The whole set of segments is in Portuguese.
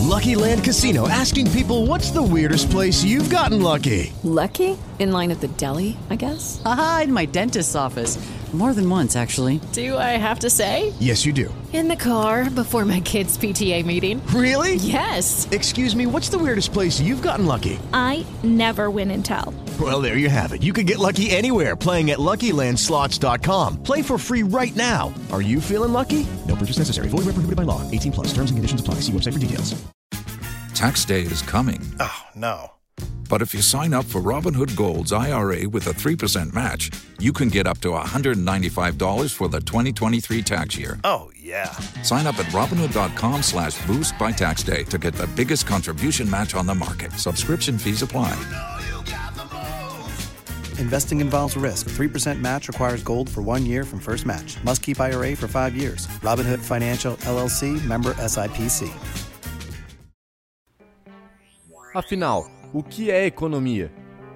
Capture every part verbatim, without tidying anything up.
Lucky Land Casino, asking people, what's the weirdest place you've gotten lucky? Lucky? In line at the deli, I guess? Aha, in my dentist's office. More than once, actually. Do I have to say? Yes, you do. In the car before my kids' P T A meeting. Really? Yes. Excuse me, what's the weirdest place you've gotten lucky? I never win and tell. Well, there you have it. You can get lucky anywhere, playing at Lucky Land Slots dot com. Play for free right now. Are you feeling lucky? No purchase necessary. Void where prohibited by law. eighteen plus. Terms and conditions apply. See website for details. Tax day is coming. Oh, no. But if you sign up for Robinhood Gold's I R A with a three percent match, you can get up to one hundred ninety-five dollars for the twenty twenty-three tax year. Oh, yeah. Sign up at Robinhood.com slash boost by tax day to get the biggest contribution match on the market. Subscription fees apply. Investing involves risk. three percent match requires gold for one year from first match. Must keep I R A for five years. Robinhood Financial, L L C, member S I P C. Afinal, o que é economia?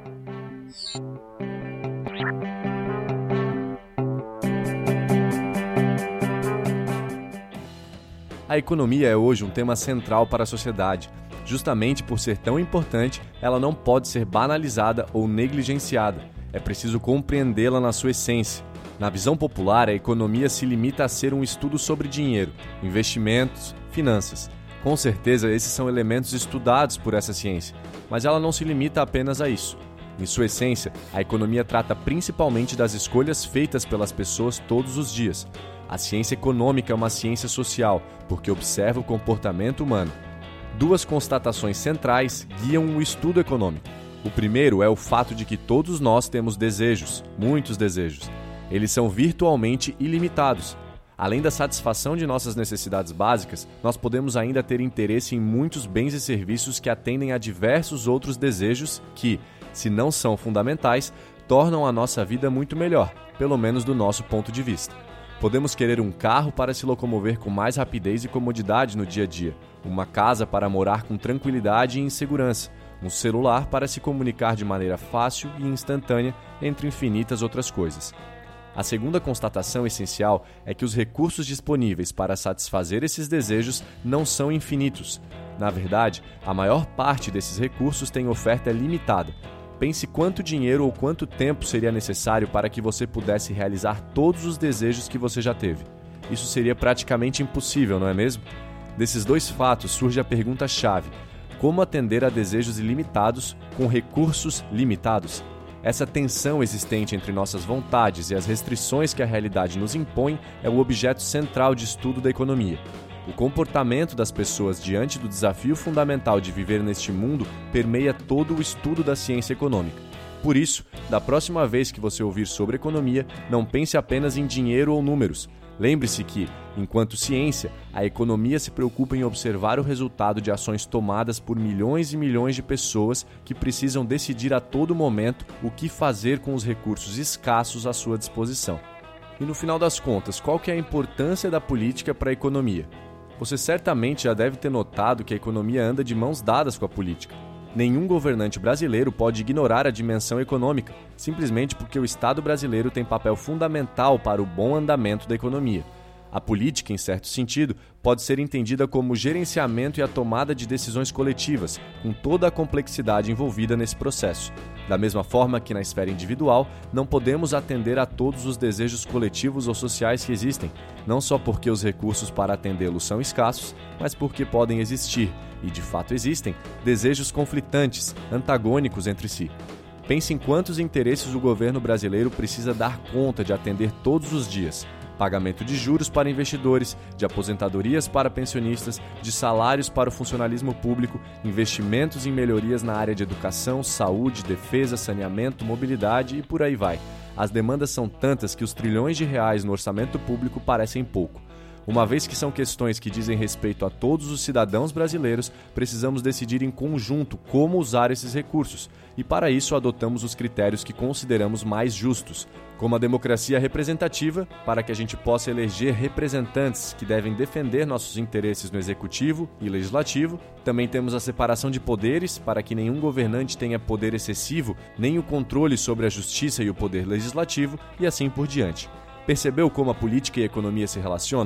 A economia é hoje um tema central para a sociedade. Justamente por ser tão importante, ela não pode ser banalizada ou negligenciada. É preciso compreendê-la na sua essência. Na visão popular, a economia se limita a ser um estudo sobre dinheiro, investimentos, finanças. Com certeza, esses são elementos estudados por essa ciência, mas ela não se limita apenas a isso. Em sua essência, a economia trata principalmente das escolhas feitas pelas pessoas todos os dias. A ciência econômica é uma ciência social, porque observa o comportamento humano. Duas constatações centrais guiam o estudo econômico. O primeiro é o fato de que todos nós temos desejos, muitos desejos. Eles são virtualmente ilimitados. Além da satisfação de nossas necessidades básicas, nós podemos ainda ter interesse em muitos bens e serviços que atendem a diversos outros desejos que, se não são fundamentais, tornam a nossa vida muito melhor, pelo menos do nosso ponto de vista. Podemos querer um carro para se locomover com mais rapidez e comodidade no dia a dia, uma casa para morar com tranquilidade e em segurança, um celular para se comunicar de maneira fácil e instantânea, entre infinitas outras coisas. A segunda constatação essencial é que os recursos disponíveis para satisfazer esses desejos não são infinitos. Na verdade, a maior parte desses recursos tem oferta limitada. Pense quanto dinheiro ou quanto tempo seria necessário para que você pudesse realizar todos os desejos que você já teve. Isso seria praticamente impossível, não é mesmo? Desses dois fatos surge a pergunta-chave: como atender a desejos ilimitados com recursos limitados? Essa tensão existente entre nossas vontades e as restrições que a realidade nos impõe é o objeto central de estudo da economia. O comportamento das pessoas diante do desafio fundamental de viver neste mundo permeia todo o estudo da ciência econômica. Por isso, da próxima vez que você ouvir sobre economia, não pense apenas em dinheiro ou números. Lembre-se que, enquanto ciência, a economia se preocupa em observar o resultado de ações tomadas por milhões e milhões de pessoas que precisam decidir a todo momento o que fazer com os recursos escassos à sua disposição. E no final das contas, qual que é a importância da política para a economia? Você certamente já deve ter notado que a economia anda de mãos dadas com a política. Nenhum governante brasileiro pode ignorar a dimensão econômica, simplesmente porque o Estado brasileiro tem papel fundamental para o bom andamento da economia. A política, em certo sentido, pode ser entendida como o gerenciamento e a tomada de decisões coletivas, com toda a complexidade envolvida nesse processo. Da mesma forma que na esfera individual, não podemos atender a todos os desejos coletivos ou sociais que existem, não só porque os recursos para atendê-los são escassos, mas porque podem existir, e de fato existem, desejos conflitantes, antagônicos entre si. Pense em quantos interesses o governo brasileiro precisa dar conta de atender todos os dias. Pagamento de juros para investidores, de aposentadorias para pensionistas, de salários para o funcionalismo público, investimentos em melhorias na área de educação, saúde, defesa, saneamento, mobilidade e por aí vai. As demandas são tantas que os trilhões de reais no orçamento público parecem pouco. Uma vez que são questões que dizem respeito a todos os cidadãos brasileiros, precisamos decidir em conjunto como usar esses recursos, e para isso adotamos os critérios que consideramos mais justos, como a democracia representativa, para que a gente possa eleger representantes que devem defender nossos interesses no executivo e legislativo. Também temos a separação de poderes, para que nenhum governante tenha poder excessivo, nem o controle sobre a justiça e o poder legislativo, e assim por diante. Percebeu como a política e a economia se relacionam?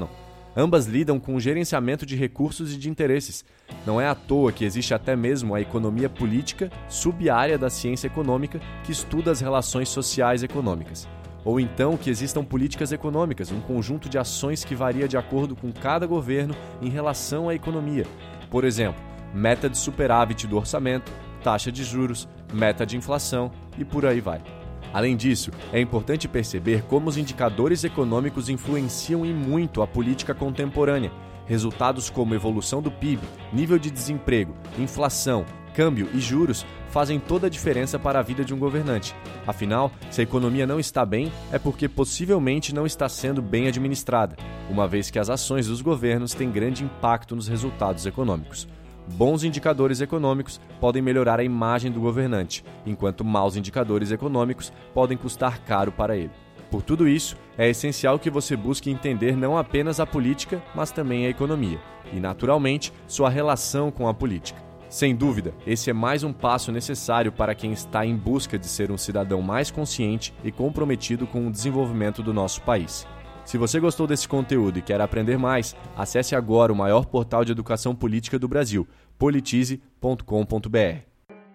Ambas lidam com o gerenciamento de recursos e de interesses. Não é à toa que existe até mesmo a economia política, sub-área da ciência econômica, que estuda as relações sociais e econômicas. Ou então que existam políticas econômicas, um conjunto de ações que varia de acordo com cada governo em relação à economia. Por exemplo, meta de superávit do orçamento, taxa de juros, meta de inflação e por aí vai. Além disso, é importante perceber como os indicadores econômicos influenciam e muito a política contemporânea. Resultados como evolução do P I B, nível de desemprego, inflação, câmbio e juros fazem toda a diferença para a vida de um governante. Afinal, se a economia não está bem, é porque possivelmente não está sendo bem administrada, uma vez que as ações dos governos têm grande impacto nos resultados econômicos. Bons indicadores econômicos podem melhorar a imagem do governante, enquanto maus indicadores econômicos podem custar caro para ele. Por tudo isso, é essencial que você busque entender não apenas a política, mas também a economia, e, naturalmente, sua relação com a política. Sem dúvida, esse é mais um passo necessário para quem está em busca de ser um cidadão mais consciente e comprometido com o desenvolvimento do nosso país. Se você gostou desse conteúdo e quer aprender mais, acesse agora o maior portal de educação política do Brasil, politize ponto com ponto b r.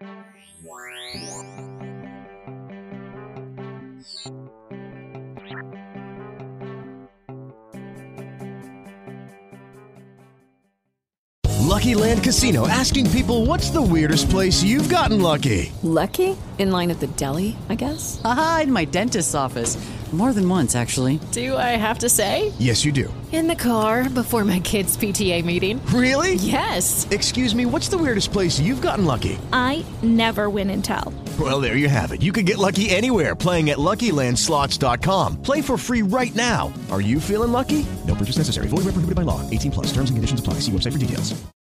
Lucky Land Casino, asking people, what's the weirdest place you've gotten lucky? Lucky? In line at the deli, I guess? Aha, in my dentist's office. More than once, actually. Do I have to say? Yes, you do. In the car before my kids' P T A meeting. Really? Yes. Excuse me, what's the weirdest place you've gotten lucky? I never win and tell. Well, there you have it. You can get lucky anywhere, playing at Lucky Land Slots dot com. Play for free right now. Are you feeling lucky? No purchase necessary. Void where prohibited by law. eighteen plus. Terms and conditions apply. See website for details.